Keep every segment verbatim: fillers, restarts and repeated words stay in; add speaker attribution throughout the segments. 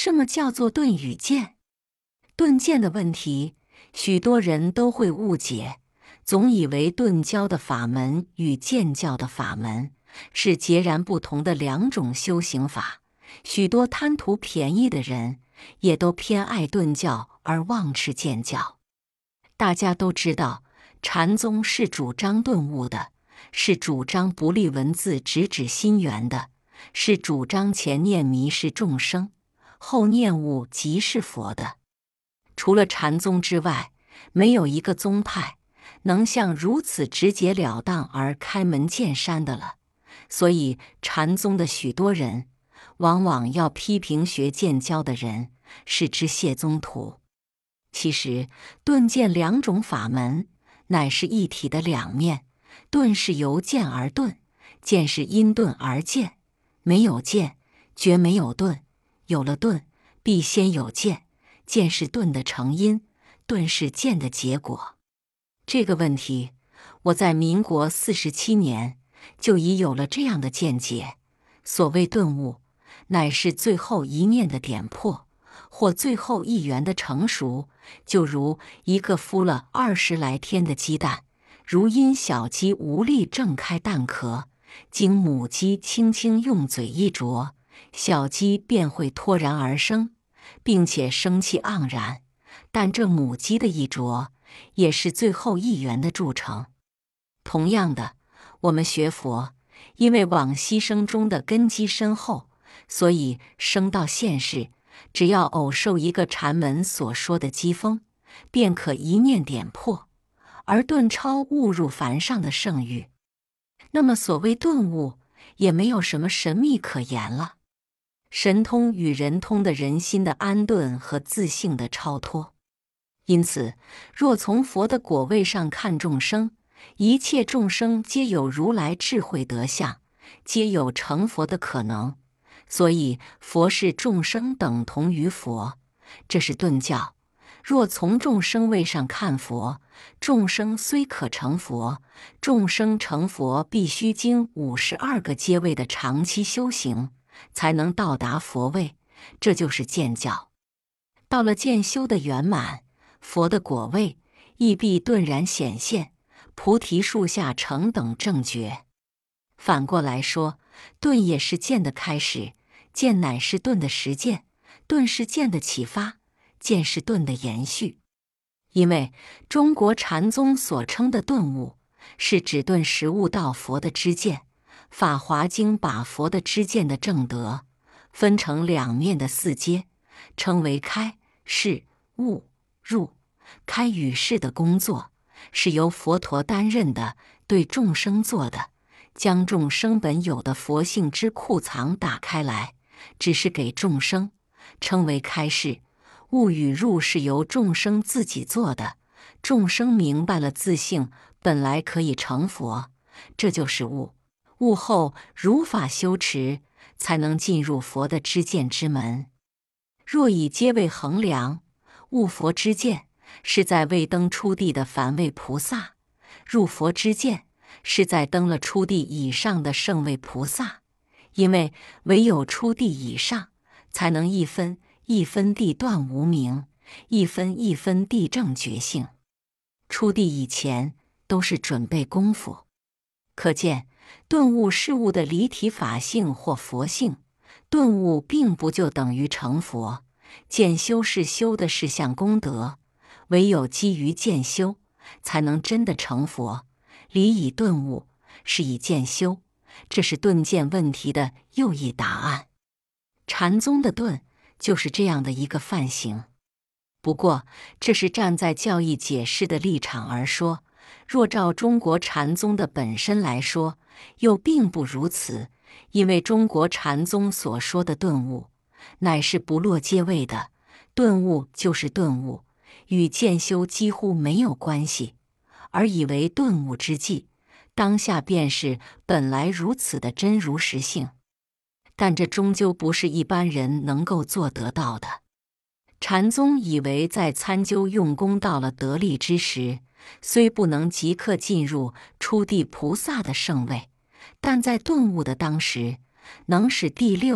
Speaker 1: 什么叫做顿与渐？顿渐的问题，许多人都会误解，总以为顿教的法门与渐教的法门是截然不同的两种修行法。许多贪图便宜的人也都偏爱顿教而妄持渐教。大家都知道，禅宗是主张顿悟的，是主张不立文字直指心源的，是主张前念迷是众生，后念悟即是佛的。除了禅宗之外，没有一个宗派能像如此直截了当而开门见山的了。所以禅宗的许多人往往要批评学渐教的人，是支谢宗徒。其实顿渐两种法门乃是一体的两面，顿是由渐而顿，渐是因顿而渐。没有渐，绝没有顿；有了顿，必先有渐。渐是顿的成因，顿是渐的结果。这个问题，我在民国四十七年就已有了这样的见解：所谓顿悟，乃是最后一念的点破，或最后一缘的成熟。就如一个孵了二十来天的鸡蛋，如因小鸡无力挣开蛋壳，经母鸡轻轻用嘴一啄，小鸡便会脱然而生，并且生气盎然。但这母鸡的一啄，也是最后一缘的铸成。同样的，我们学佛，因为往昔生中的根基深厚，所以生到现世，只要偶受一个禅门所说的机锋，便可一念点破，而顿超悟入凡上的圣域。那么所谓顿悟，也没有什么神秘可言了。神通与人通的人心的安顿和自性的超脱。因此，若从佛的果位上看众生，一切众生皆有如来智慧德相，皆有成佛的可能。所以佛是众生等同于佛，这是顿教。若从众生位上看佛，众生虽可成佛，众生成佛必须经五十二个阶位的长期修行，才能到达佛位，这就是渐教。到了渐修的圆满，佛的果位亦必顿然显现，菩提树下成等正觉。反过来说，顿也是渐的开始，渐乃是顿的实践，顿是渐的启发，渐是顿的延续。因为中国禅宗所称的顿悟，是指顿时悟到佛的知见。法华经把佛的知见的正德分成两面的四阶，称为开、示、悟、入。开与示的工作是由佛陀担任的，对众生做的，将众生本有的佛性之库藏打开来，只是给众生，称为开示。悟与入是由众生自己做的，众生明白了自性本来可以成佛，这就是悟。悟后如法修持，才能进入佛的知见之门。若以阶位衡量，悟佛知见是在未登初地的凡位菩萨，入佛知见是在登了初地以上的圣位菩萨。因为唯有初地以上，才能一分一分地断无明，一分一分地正觉性。初地以前都是准备功夫。可见顿悟事物的离体法性或佛性，顿悟并不就等于成佛。渐修是修的是项功德，唯有基于渐修，才能真的成佛。理以顿悟，是以渐修，这是顿渐问题的又一答案。禅宗的顿就是这样的一个范型。不过，这是站在教义解释的立场而说，若照中国禅宗的本身来说，又并不如此。因为中国禅宗所说的顿悟，乃是不落阶位的，顿悟就是顿悟，与渐修几乎没有关系，而以为顿悟之际，当下便是本来如此的真如实性。但这终究不是一般人能够做得到的。禅宗以为在参究用功到了得力之时，虽不能即刻进入初地菩萨的圣位，但在顿悟的当时，能使第六、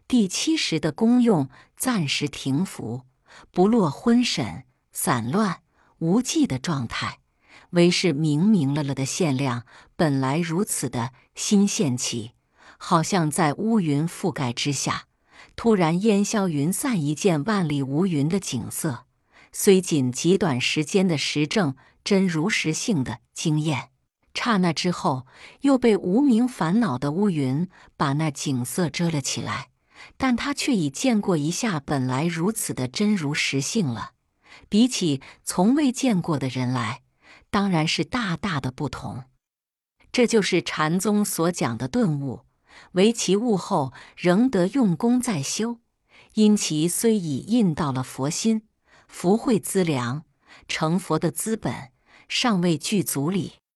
Speaker 1: 第七识的功用暂时停伏，不落昏沈、散乱、无际的状态，唯是明明了了的现量本来如此的新现起，好像在乌云覆盖之下，突然烟消云散一见万里无云的景色，虽仅极短时间的实证真如实性的经验，刹那之后又被无名烦恼的乌云把那景色遮了起来，但他却已见过一下本来如此的真如实性了，比起从未见过的人来，当然是大大的不同。这就是禅宗所讲的顿悟，唯其悟后仍得用功再修，因其虽已印到了佛心，福慧资粮，成佛的资本尚未具足矣。